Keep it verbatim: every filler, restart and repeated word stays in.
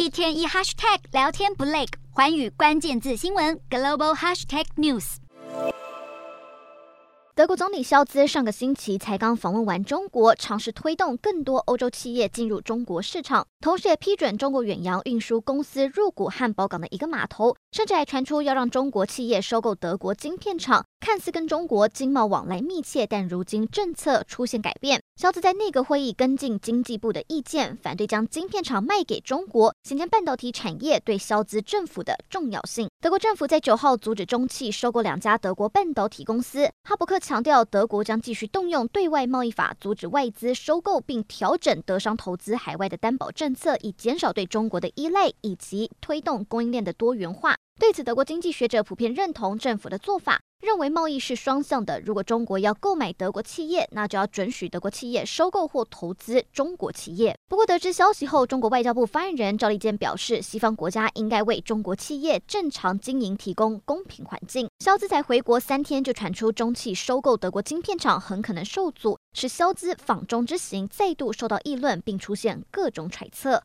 一天一 hashtag 聊天不累，寰宇关键字新闻 global hashtag news。 德国总理肖兹上个星期才刚访问完中国，尝试推动更多欧洲企业进入中国市场，同时也批准中国远洋运输公司入股汉堡港的一个码头，甚至还传出要让中国企业收购德国晶片厂。看似跟中国经贸往来密切，但如今政策出现改变。肖兹在内阁会议跟进经济部的意见，反对将晶片厂卖给中国，显见半导体产业对肖兹政府的重要性。德国政府在九号阻止中企收购两家德国半导体公司。哈伯克强调，德国将继续动用对外贸易法阻止外资收购，并调整德商投资海外的担保政策，以减少对中国的依赖，以及推动供应链的多元化。对此，德国经济学者普遍认同政府的做法，认为贸易是双向的。如果中国要购买德国企业，那就要准许德国企业收购或投资中国企业。不过，得知消息后，中国外交部发言人赵立坚表示，西方国家应该为中国企业正常经营提供公平环境。肖兹才回国三天，就传出中企收购德国晶片厂很可能受阻，使肖兹访中之行再度受到议论，并出现各种揣测。